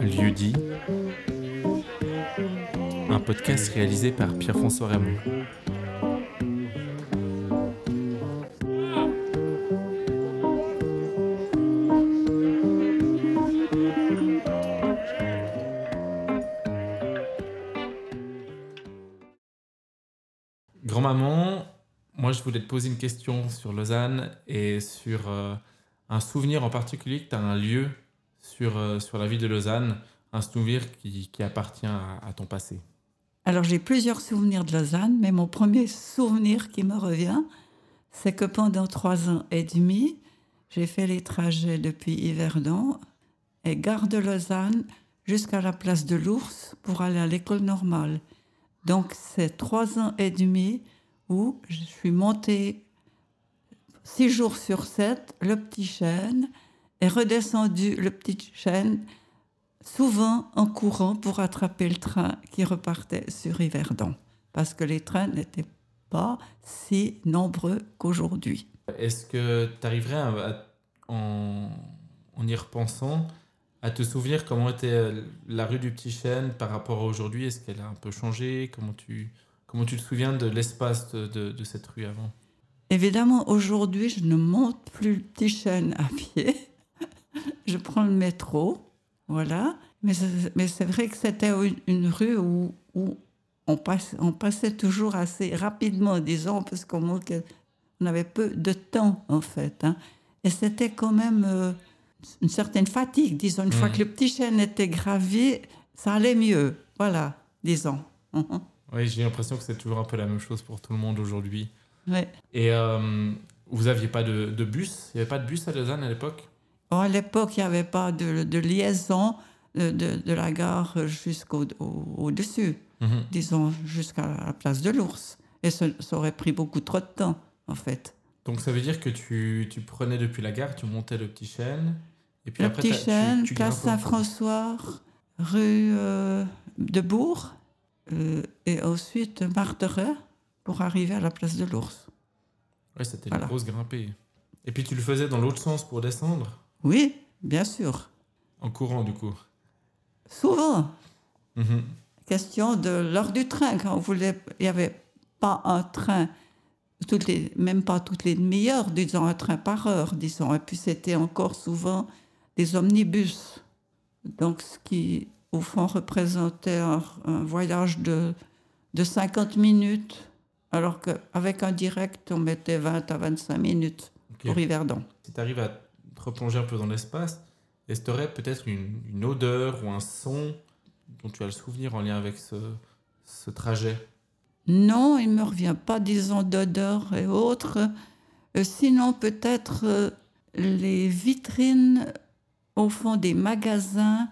Lieu-dit, un podcast réalisé par Pierre-François Raymond. Grand-maman, moi je voulais te poser une question sur Lausanne et sur un souvenir en particulier que tu as un lieu sur la ville de Lausanne, un souvenir qui appartient à ton passé. Alors j'ai plusieurs souvenirs de Lausanne, mais mon premier souvenir qui me revient, c'est que pendant 3 ans et demi, j'ai fait les trajets depuis Yverdon et gare de Lausanne jusqu'à la place de l'Ours pour aller à l'école normale. Donc c'est 3 ans et demi où je suis montée 6 jours sur 7, le Petit Chêne, et redescendu le Petit Chêne, souvent en courant pour attraper le train qui repartait sur Yverdon, parce que les trains n'étaient pas si nombreux qu'aujourd'hui. Est-ce que tu arriverais en y repensant à te souvenir comment était la rue du Petit Chêne par rapport à aujourd'hui? Est-ce qu'elle a un peu changé? Comment tu te souviens de l'espace de cette rue avant? Évidemment, aujourd'hui, je ne monte plus le Petit Chêne à pied. Je prends le métro, voilà. Mais c'est vrai que c'était une rue où on passait toujours assez rapidement, disons, parce qu'on avait peu de temps, en fait. Hein. Et c'était quand même une certaine fatigue, disons. Une fois que le Petit Chêne était gravé, ça allait mieux, voilà, disons. Oui, j'ai l'impression que c'est toujours un peu la même chose pour tout le monde aujourd'hui. Ouais. Et vous n'aviez pas de bus? Il n'y avait pas de bus à Lausanne à l'époque? À l'époque, il n'y avait pas de liaison de la gare jusqu'au-dessus, disons, jusqu'à la place de l'Ours. Et ça aurait pris beaucoup trop de temps, en fait. Donc ça veut dire que tu prenais depuis la gare, tu montais le Petit Chêne, et puis Le après Petit Chêne, tu place grimpais. Saint-François, rue de Bourg, et ensuite Marteret pour arriver à la place de l'Ours. Ouais, c'était Voilà. une grosse grimpée. Et puis tu le faisais dans l'autre sens pour descendre? Oui, bien sûr. En courant du coup? Souvent. Mhm. Question de l'heure du train. Quand il n'y avait pas un train, même pas toutes les demi-heures, disons un train par heure, disons. Et puis c'était encore souvent des omnibus. Donc ce qui, au fond, représentait un voyage de 50 minutes, alors qu'avec un direct, on mettait 20 à 25 minutes pour Yverdon. Si tu arrives à te replonger un peu dans l'espace, est-ce que tu aurais peut-être une odeur ou un son dont tu as le souvenir en lien avec ce trajet? Non, il ne me revient pas, disons, d'odeur et autres. Sinon, peut-être les vitrines au fond des magasins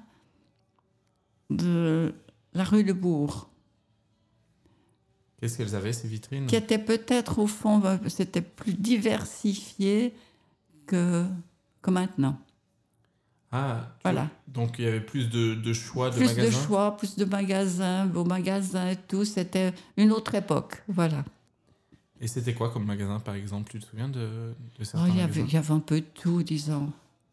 de la rue de Bourg. Qu'est-ce qu'elles avaient, ces vitrines? Qui étaient peut-être, au fond, c'était plus diversifié que maintenant. Ah, Voilà. Donc il y avait plus de choix de plus magasins? Plus de choix, plus de magasins, beaux magasins et tout. C'était une autre époque, voilà. Et c'était quoi comme magasin, par exemple? Tu te souviens de certains il y magasins? avait un peu de tout, disons.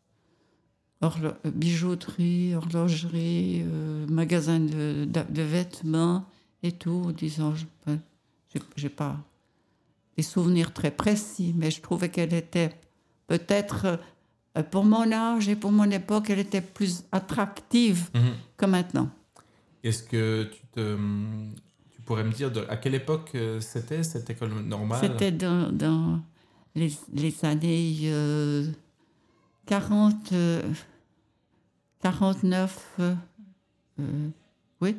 Bijouterie, horlogerie, magasin de vêtements et tout, disons. J'ai pas des souvenirs très précis, mais je trouvais qu'elle était peut-être, pour mon âge et pour mon époque, elle était plus attractive que maintenant. Est-ce que tu pourrais me dire à quelle époque c'était cette école normale? C'était dans les années 40, 49, oui,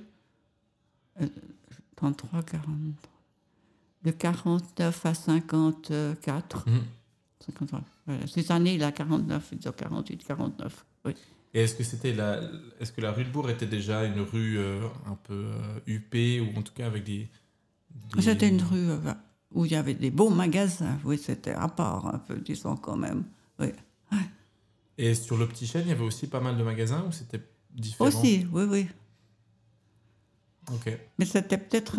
33, 43. De 49 à 54. 53. Voilà. Ces années-là, 49, 48, 49, oui. Et est-ce que la rue de Bourg était déjà une rue un peu huppée, ou en tout cas avec des... C'était une rue où il y avait des beaux magasins. Oui, c'était à part un peu, disons quand même. Oui. Et sur le Petit Chêne, il y avait aussi pas mal de magasins, ou c'était différent? Aussi, oui, oui. Ok. Mais c'était peut-être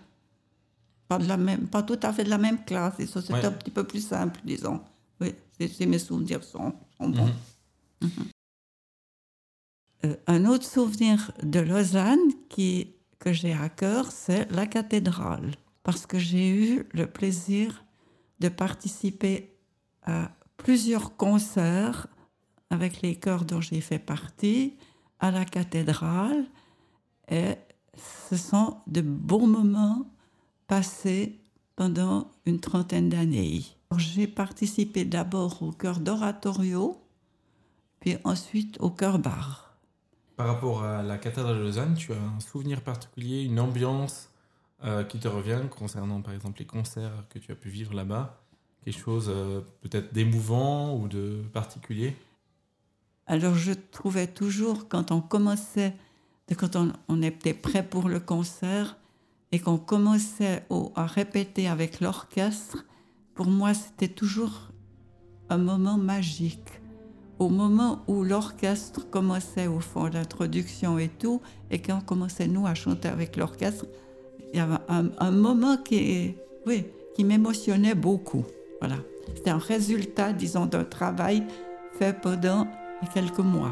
pas tout à fait de la même classe. Et ça, c'était un petit peu plus simple, disons. Oui, mes souvenirs sont bons. un autre souvenir de Lausanne que j'ai à cœur, c'est la cathédrale. Parce que j'ai eu le plaisir de participer à plusieurs concerts avec les chœurs dont j'ai fait partie, à la cathédrale. Et ce sont de bons moments passés pendant une trentaine d'années. J'ai participé d'abord au chœur d'oratorio, puis ensuite au chœur bar. Par rapport à la cathédrale de Lausanne, tu as un souvenir particulier, une ambiance qui te revient concernant par exemple les concerts que tu as pu vivre là-bas? Quelque chose peut-être d'émouvant ou de particulier? Alors je trouvais toujours, quand on commençait, quand on était prêt pour le concert et qu'on commençait à répéter avec l'orchestre, pour moi c'était toujours un moment magique. Au moment où l'orchestre commençait au fond l'introduction et tout, et qu'on commençait nous à chanter avec l'orchestre, il y avait un moment qui m'émotionnait beaucoup. Voilà. C'était un résultat, disons, d'un travail fait pendant quelques mois.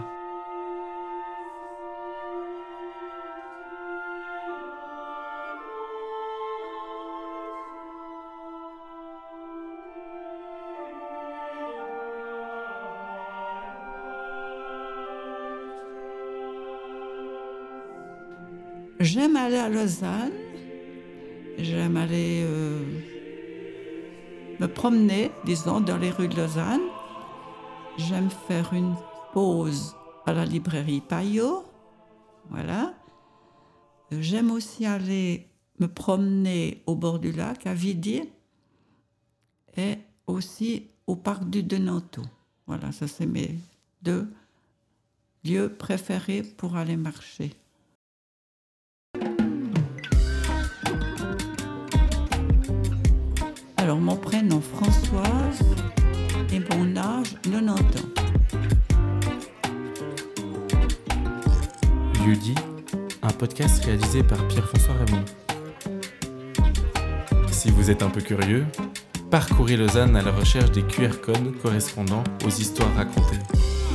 J'aime aller à Lausanne, j'aime aller me promener, disons, dans les rues de Lausanne. J'aime faire une pause à la librairie Payot, voilà. J'aime aussi aller me promener au bord du lac, à Vidier, et aussi au parc du Denanteau. Voilà, ça c'est mes 2 lieux préférés pour aller marcher. Alors, mon prénom Françoise et mon âge 90 ans. Lieu-dit, un podcast réalisé par Pierre-François Raymond. Si vous êtes un peu curieux, parcourez Lausanne à la recherche des QR codes correspondant aux histoires racontées.